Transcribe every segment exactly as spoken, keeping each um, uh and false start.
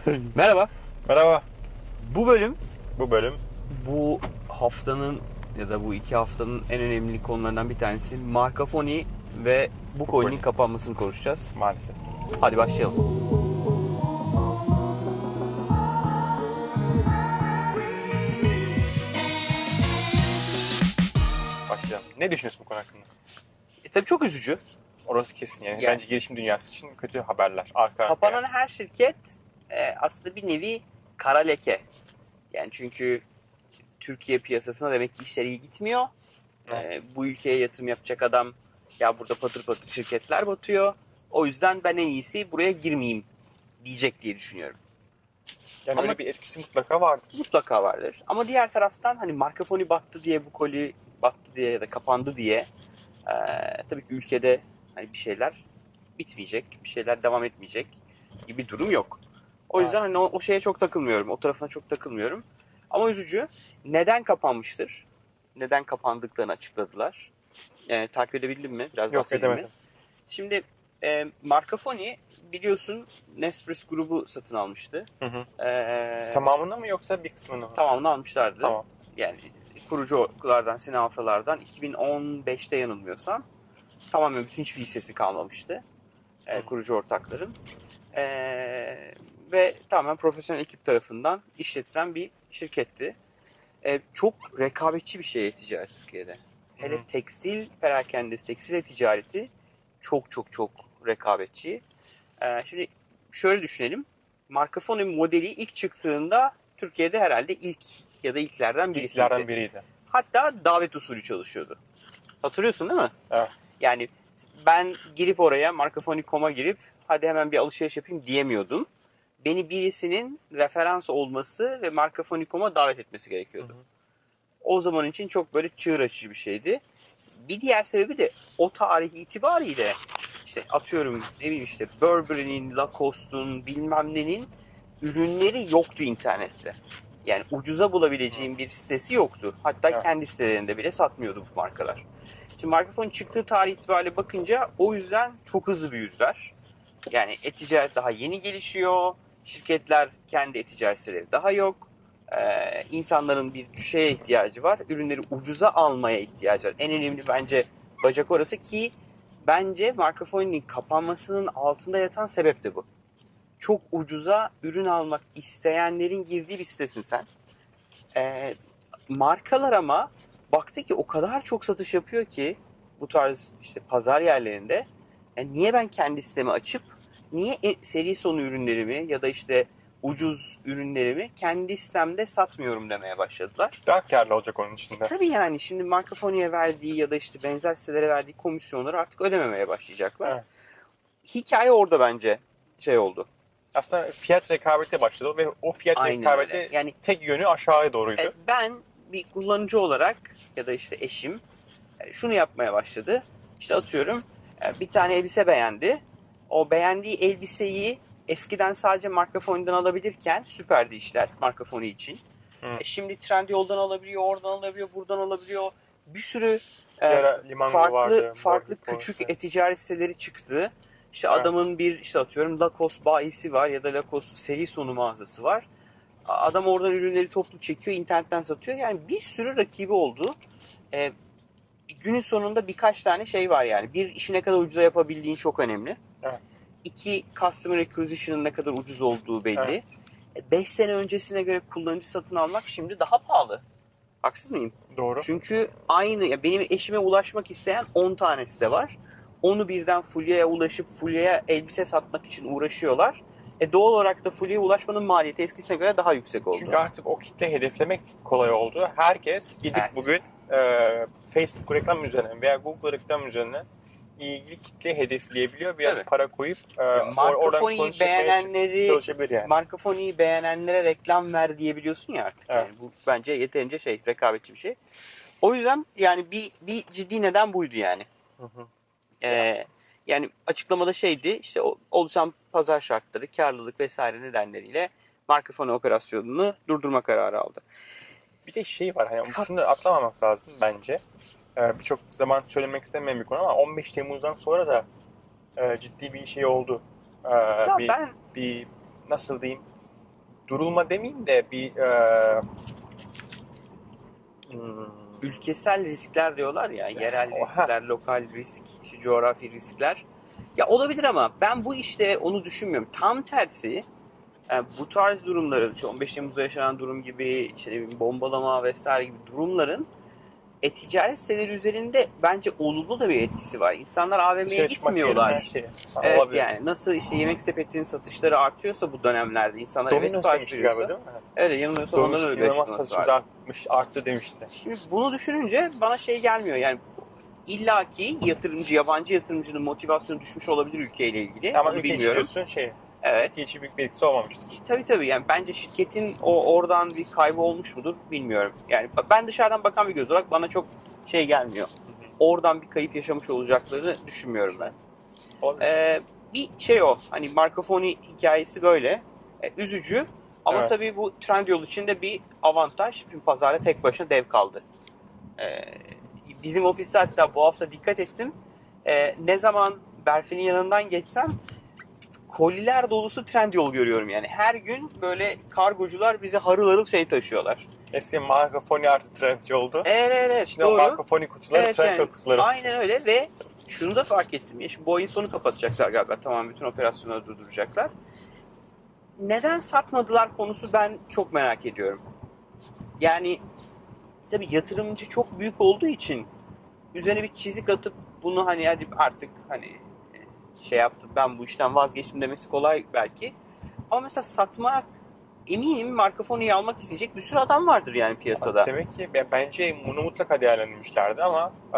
Merhaba. Merhaba. Bu bölüm Bu bölüm bu haftanın ya da bu iki haftanın en önemli konularından bir tanesi Marcafoni ve bu coin'in Bukoli kapanmasını konuşacağız. maalesef. Hadi başlayalım. Başlayalım. Ne düşünüyorsun bu konu hakkında? E, tabii çok üzücü. Orası kesin yani. Yani- Bence girişim dünyası için kötü haberler. Arka Kapanan arkaya. her şirket e, aslında bir nevi kara leke. Yani çünkü Türkiye piyasasına demek ki işleri iyi gitmiyor. Evet. E, bu ülkeye yatırım yapacak adam ya burada patır patır şirketler batıyor. O yüzden ben en iyisi buraya girmeyeyim diyecek diye düşünüyorum. Yani Ama öyle bir etkisi mutlaka vardır. mutlaka vardır. Ama diğer taraftan hani Marcafoni battı diye bu koli battı diye ya da kapandı diye e, tabii ki ülkede hani bir şeyler bitmeyecek, bir şeyler devam etmeyecek gibi bir durum yok. O Evet. yüzden hani o, o şeye çok takılmıyorum, o tarafına çok takılmıyorum. Ama üzücü. Neden kapanmıştır? Neden kapandıklarını açıkladılar. E, takip edebildin mi? Biraz Yok, bahsedeyim mi? edemedim. Şimdi e, Marcafoni biliyorsun Naspers grubu satın almıştı. Hı hı. E, Tamamını mı yoksa bir kısmını mı? Tamamını almışlardı. Tamam. Yani kuruculardan, Sina Alfalar'dan iki bin on beşte yanılmıyorsam tamamen bütün hiçbir hissesi kalmamıştı. Hı E, hı. kurucu ortakların. E, ve tamamen profesyonel ekip tarafından işletilen bir şirketti. E, çok rekabetçi bir şey ticaret Türkiye'de. Hı Hele hı. tekstil perakendesi, tekstil ticareti çok çok çok rekabetçi. E, şimdi şöyle düşünelim. Marcafoni modeli ilk çıktığında Türkiye'de herhalde ilk ya da ilklerden birisiydi. İlklerden biriydi. Hatta davet usulü çalışıyordu. Hatırlıyorsun değil mi? Evet. Yani ben girip oraya marcafoni nokta com'a girip hadi hemen bir alışveriş yapayım diyemiyordum. Beni birisinin referans olması ve marcafoni nokta com'a davet etmesi Hı gerekiyordu. hı. O zaman için çok böyle çığır açıcı bir şeydi. Bir diğer sebebi de o tarih itibariyle işte atıyorum ne bileyim işte Burberry'nin, Lacoste'un bilmem nenin ürünleri yoktu internette. Yani ucuza bulabileceğim bir sitesi yoktu. Hatta Evet. kendi sitelerinde bile satmıyordu bu markalar. Şimdi Marcafon çıktığı tarih itibariyle bakınca o yüzden çok hızlı büyüdüler. Yani e-ticaret daha yeni gelişiyor. Şirketler kendi e-ticaret siteleri daha yok. Ee, insanların bir şeye ihtiyacı var. Ürünleri ucuza almaya ihtiyacı var. En önemli bence bacak orası ki bence Marcafoni'nin kapanmasının altında yatan sebep de bu. Çok ucuza ürün almak isteyenlerin girdiği bir sitesin sen. Ee, markalar ama baktı ki o kadar çok satış yapıyor ki bu tarz işte pazar yerlerinde e, niye ben kendi sitemi açıp niye e, seri sonu ürünlerimi ya da işte ucuz ürünlerimi kendi sitemde satmıyorum demeye başladılar. Daha karlı olacak onun içinde. Tabii yani şimdi Marcafoni'ye verdiği ya da işte benzer sitelere verdiği komisyonları artık ödememeye başlayacaklar. Evet. Hikaye orada bence şey oldu. Aslında fiyat rekabeti başladı ve o fiyat Aynen öyle. rekabeti Yani tek yönü aşağıya doğruydu. e, ben bir kullanıcı olarak ya da işte eşim e, şunu yapmaya başladı. İşte atıyorum e, bir tane elbise beğendi. O beğendiği elbiseyi eskiden sadece Marcafoni'den alabilirken süperdi işler Marcafoni için. Hı. E, şimdi Trendyol'dan alabiliyor, oradan alabiliyor, buradan alabiliyor. Bir sürü Bir e, ara Limango farklı vardı. farklı Morning küçük Post. e-ticaret siteleri çıktı. İşte Evet. adamın bir işte atıyorum Lacoste bayisi var ya da Lacoste seri sonu mağazası var. Adam oradan ürünleri toplu çekiyor, internetten satıyor. Yani bir sürü rakibi oldu. E, günün sonunda birkaç tane şey var yani. Bir, işi ne kadar ucuza yapabildiğin çok önemli. Evet. İki, customer acquisition'ın ne kadar ucuz olduğu belli. Evet. E, beş sene öncesine göre kullanıcı satın almak şimdi daha pahalı. Haksız mıyım? Doğru. Çünkü aynı, ya benim eşime ulaşmak isteyen on tanesi de var. Onu birden Fulya'ya ulaşıp Fulya'ya elbise satmak için uğraşıyorlar. E doğal olarak da Fulya'ya ulaşmanın maliyeti eskisine göre daha yüksek oldu. Çünkü artık o kitle hedeflemek kolay oldu. Herkes gidip Evet. bugün e, Facebook reklam üzerine veya Google reklam üzerine ilgili kitle hedefleyebiliyor. Biraz Tabii. para koyup e, or- oradan Marcafoni'yi konuşmaya beğenenleri çalışabilir yani. Marcafoni'yi beğenenlere reklam ver diyebiliyorsun ya artık. Evet. Yani bu bence yeterince şey, rekabetçi bir şey. O yüzden yani bir bir ciddi neden buydu yani. Hı hı. Ee, yani açıklamada şeydi işte oluşan pazar şartları, karlılık vesaire nedenleriyle Marcafoni operasyonunu durdurma kararı aldı. Bir de şey var, hani şunu da atlamamak lazım bence. E, Birçok zaman söylemek istemeyen bir konu ama on beş Temmuz'dan sonra da e, ciddi bir şey oldu. E, Ya bir ben bir nasıl diyeyim? durulma demeyeyim de bir e, hmm, Ülkesel riskler diyorlar ya, yerel Oha. riskler, lokal risk, işte coğrafi riskler. Ya olabilir ama ben bu işte onu düşünmüyorum. Tam tersi, yani bu tarz durumların, işte on beş Temmuz'da yaşanan durum gibi, işte ne bileyim, bombalama vesaire gibi durumların e-ticaret siteleri üzerinde bence olumlu da bir etkisi var. İnsanlar A V M'ye dışarı çıkmak yerine her gitmiyorlar. şey Evet, olabilir. yani nasıl işte yemek sepetinin satışları artıyorsa bu dönemlerde, insanlar eve Domino's sipariş demişti veriyorsa. galiba değil mi? Evet, yanılmıyorsam onların Domino's öyle bir inanılmaz açıklaması satışımız vardı. artmış, arttı demişti. Şimdi bunu düşününce bana şey gelmiyor yani, illaki yatırımcı, yabancı yatırımcının motivasyonu düşmüş olabilir ülkeyle ilgili. Ama Onu ülke içi bilmiyorum. diyorsun şey, Evet. ülke içi büyük bir etkisi olmamıştır. Tabii tabii, yani bence şirketin o oradan bir kaybı olmuş mudur bilmiyorum. Yani ben dışarıdan bakan bir göz olarak bana çok şey gelmiyor. Oradan bir kayıp yaşamış olacaklarını düşünmüyorum ben. Olabilir. Ee, bir şey o, hani Marcofoni hikayesi böyle. Ee, üzücü ama Evet. tabii bu Trendyol için de bir avantaj. Çünkü pazarda tek başına dev kaldı. Ee, bizim ofiste hatta bu hafta dikkat ettim. Ee, ne zaman Berfin'in yanından geçsem koliler dolusu Trendyol görüyorum yani. Her gün böyle kargocular bize harıl harıl şey taşıyorlar. Eski Marcofoni artı Trendyol'du. Evet evet, Şimdi o doğru. Marcofoni kutuları Evet, Trendyol yani kutuları. aynen öyle ve şunu da fark ettim. Ya, şimdi bu ayın sonu kapatacaklar galiba. Tamam, bütün operasyonları durduracaklar. Neden satmadılar konusu, ben çok merak ediyorum. Yani tabii yatırımcı çok büyük olduğu için üzerine bir çizik atıp bunu hani hadi artık hani şey yaptım, ben bu işten vazgeçtim demesi kolay belki. Ama mesela satmak, eminim Marcofoni'yi almak isteyecek bir sürü adam vardır yani piyasada. Demek ki bence bunu mutlaka değerlendirmişlerdi ama e,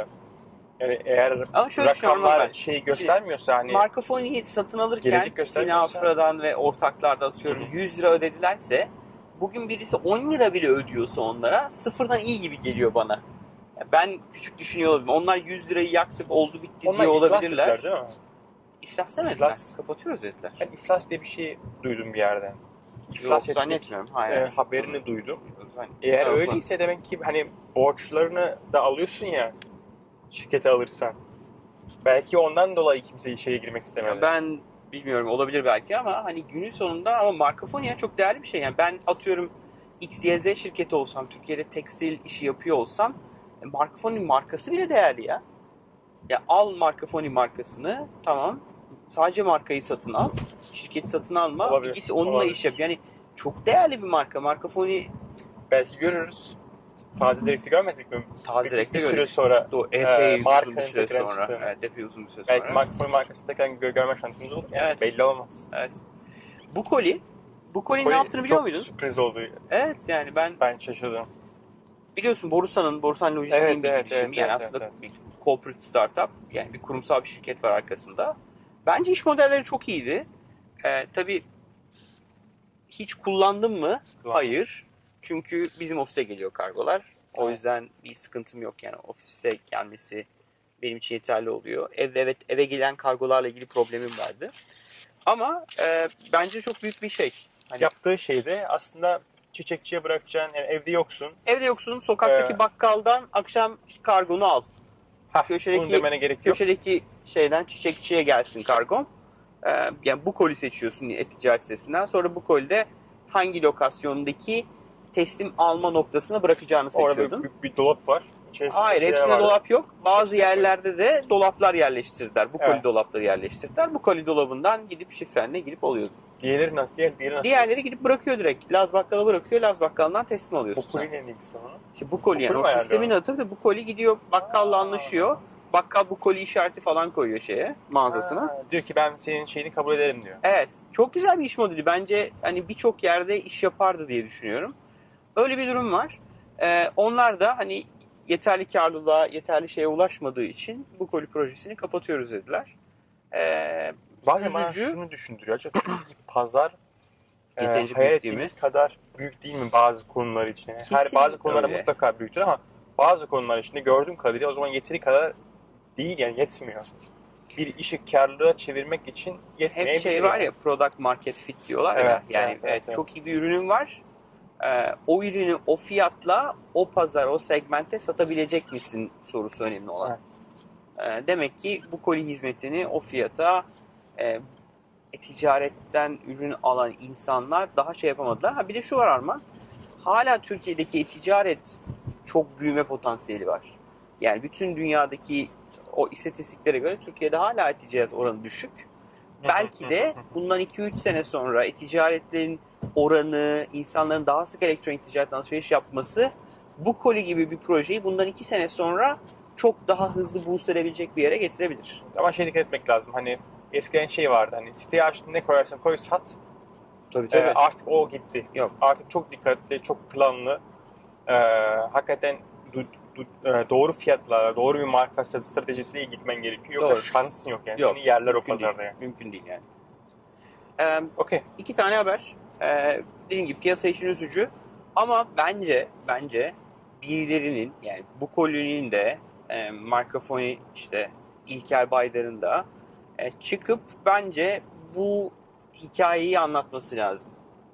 yani eğer Ama şöyle düşünüyorum rakamlar ben. şeyi göstermiyorsa hani Marcofoni'yi satın alırken gelecek göstermiyorsa- Sinafra'dan ve ortaklarda atıyorum Hı hı. yüz lira ödedilerse, bugün birisi on lira bile ödüyorsa onlara, sıfırdan iyi gibi geliyor bana. Ben küçük düşünüyor olabilirim. Onlar yüz lirayı yaktık, oldu bitti onlar diye iflas olabilirler. dediler değil mi? İflas demediler. İflas. Kapatıyoruz dediler. Ben iflas diye bir şey duydum bir yerden. Yok, İflas ettik zannetmiyorum. Hayır. e, haberini duydum. Zann- Eğer Yok. öyleyse demek ki hani borçlarını da alıyorsun ya şirkete alırsan. Belki ondan dolayı kimse şeye girmek istemedi. Ben bilmiyorum, olabilir belki ama hani günün sonunda, ama Marcofoni çok değerli bir şey. Yani ben atıyorum X Y Z şirketi olsam, Türkiye'de tekstil işi yapıyor olsam, e, Marcofoni markası bile değerli ya. Ya al Marcofoni markasını, tamam, sadece markayı satın al. Şirketi satın alma. Olabilir, Git onunla olabilir. iş yap. Yani çok değerli bir marka. Marcofoni Belki görürüz. Taze Direkt'i görmedik mi? taze bir, direkte bir süre gördük. sonra O epey e, uzun markanın bir süre tekrar sonra. çıktığını. Evet, epey uzun bir süre Belki sonra. Marcofoni markasını tekrar gö- görme şansımız olur. Yani Evet. belli olmaz. Evet. Bu koli, bu kolinin ne Koli yaptığını biliyor çok muydun? sürpriz oldu. Evet, yani ben Ben şaşırdım. biliyorsun Borusan'ın, Borusan Lojistik'in Evet, bir evet, girişimi. evet, Yani evet, aslında evet. bir corporate startup, yani bir kurumsal bir şirket var arkasında. Bence iş modelleri çok iyiydi. Ee, tabii hiç kullandım mı? Kullandım. Hayır. Çünkü bizim ofise geliyor kargolar. O Evet. yüzden bir sıkıntım yok yani, ofise gelmesi benim için yeterli oluyor. Ev, evet, eve gelen kargolarla ilgili problemim vardı. Ama e, bence çok büyük bir şey. Hani Yaptığı şey de aslında çiçekçiye bırakacaksın. Yani evde yoksun. evde yoksun, sokaktaki Ee, bakkaldan akşam kargonu al. Hah, bunu Köşedeki demene gerek yok. köşedeki şeyden çiçekçiye gelsin kargon. Ee, yani bu koli seçiyorsun e-ticaret sitesinden. Sonra bu kolide hangi lokasyondaki teslim alma noktasına bırakacağını Orada seçiyordun. büyük bir dolap var. İçerisinde Hayır, şeyler hepsinde vardı. dolap yok. Bazı Hepsinde yerlerde de dolaplar yerleştirdiler. Bu koli Evet. dolapları yerleştirdiler. Bu koli dolabından gidip şifrenle girip alıyordun. Diğerleri nasıl? Diğer, diğeri nasıl? Diğerleri gidip bırakıyor direkt. Laz bakkala bırakıyor. Laz bakkalından teslim alıyorsun Bu sen. kulinin ilgisi var. İşte bu koli, Bu yani koli o mi sistemin ayarlıyor? adı da bu koli, gidiyor bakkalla anlaşıyor. Bakkal bu koli işareti falan koyuyor şeye, mağazasına. Ha, diyor ki ben senin şeyini kabul ederim diyor. Evet, çok güzel bir iş modeli. Bence hani birçok yerde iş yapardı diye düşünüyorum. Öyle bir durum var. Ee, onlar da hani yeterli karlılığa, yeterli şeye ulaşmadığı için bu koli projesini kapatıyoruz dediler. Ee, Bazen bana üzücü. şunu düşündürüyor. Acaba Türkiye'deki pazar e, Yeterince hayal büyük değil ettiğimiz kadar büyük değil mi bazı konular için? Yani her Kesin bazı konularda öyle. mutlaka büyüktür ama bazı konular içinde gördüğüm kadarıyla o zaman yeteri kadar değil, yani yetmiyor. Bir işi karlılığa çevirmek için yetmeyebilir. Hep şey var yani. ya, product market fit diyorlar ya. Evet, Yani evet, evet, evet, çok evet. iyi bir ürünün var. Ee, o ürünü o fiyatla o pazar, o segmente satabilecek misin sorusu önemli olan. Evet. Ee, demek ki bu koli hizmetini o fiyata e, e-ticaretten ürün alan insanlar daha şey yapamadılar. Ha bir de şu var Arman. Hala Türkiye'deki e-ticaret çok büyüme potansiyeli var. Yani bütün dünyadaki o istatistiklere göre Türkiye'de hala e-ticaret oranı düşük. Belki de bundan iki üç sene sonra e-ticaretlerin oranı, insanların daha sık elektronik ticaretten alışveriş yapması bu koli gibi bir projeyi bundan iki sene sonra çok daha hızlı boost edebilecek bir yere getirebilir. Ama şey dikkat etmek lazım. Hani eskiden şey vardı. Hani siteye açtın, ne koyarsan koy sat. Tabii Ee, artık o gitti. Yok. Artık çok dikkatli, çok planlı. Ee, hakikaten du- du- e, doğru fiyatlarla, doğru bir marka stratejisiyle gitmen gerekiyor. Yoksa Doğru. şansın yok yani. Yok, Seni yerler o mümkün pazarda değil. yani. Mümkün değil yani. Ee, Okey. iki tane haber. Ee, dediğim gibi piyasa için üzücü. Ama bence bence birilerinin yani bu koloninin de e, Marco Foni işte İlker Baydar'ın da e, çıkıp bence bu hikayeyi anlatması lazım.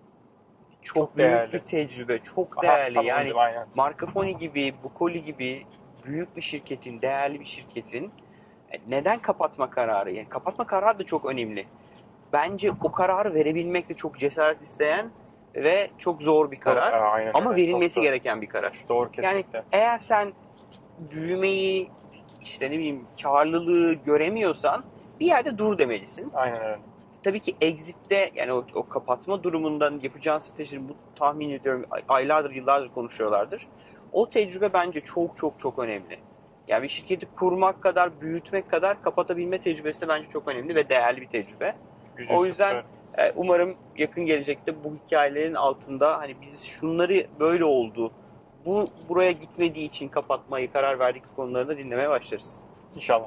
Çok, Çok büyük değerli. bir tecrübe, çok Aha, değerli. tamam, Yani aynen. Marco Foni gibi, Bucoli gibi büyük bir şirketin, değerli bir şirketin e, neden kapatma kararı? Yani kapatma kararı da çok önemli. Bence o kararı verebilmek de çok cesaret isteyen ve çok zor bir karar. Doğru, aynen Ama öyle. verilmesi Çok doğru. gereken bir karar. Doğru, Yani kesinlikle. eğer sen büyümeyi, işte ne bileyim karlılığı göremiyorsan bir yerde dur demelisin. Aynen öyle. Tabii ki exit'te yani o, o kapatma durumundan yapacağın strateji bu tahmin ediyorum aylardır yıllardır konuşuyorlardır. O tecrübe bence çok çok çok önemli. Yani bir şirketi kurmak kadar, büyütmek kadar kapatabilme tecrübesi de bence çok önemli ve değerli bir tecrübe. Yüz yüz O yüzden katılıyorum. e, umarım yakın gelecekte bu hikayelerin altında hani biz şunları böyle oldu, bu buraya gitmediği için kapatmayı karar verdik konuları da dinlemeye başlarız. İnşallah.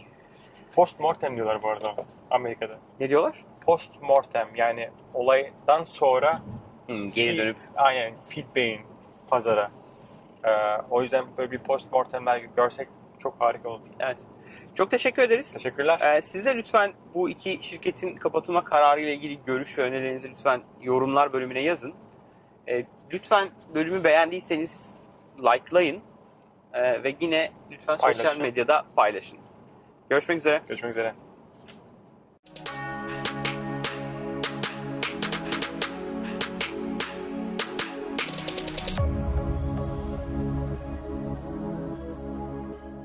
Post mortem diyorlar bu arada Amerika'da. Ne diyorlar? Post mortem yani olaydan sonra Hmm, geri feed- dönüp. aynen feedback'in pazara. Ee, o yüzden böyle bir post mortem belki görsek çok harika olur. Evet. Çok teşekkür ederiz. Teşekkürler. Ee, siz de lütfen bu iki şirketin kapatılma kararı ile ilgili görüş ve önerilerinizi lütfen yorumlar bölümüne yazın. Ee, lütfen bölümü beğendiyseniz likelayın Ee, ve yine lütfen sosyal Paylaşın. medyada paylaşın. Görüşmek üzere. Görüşmek üzere.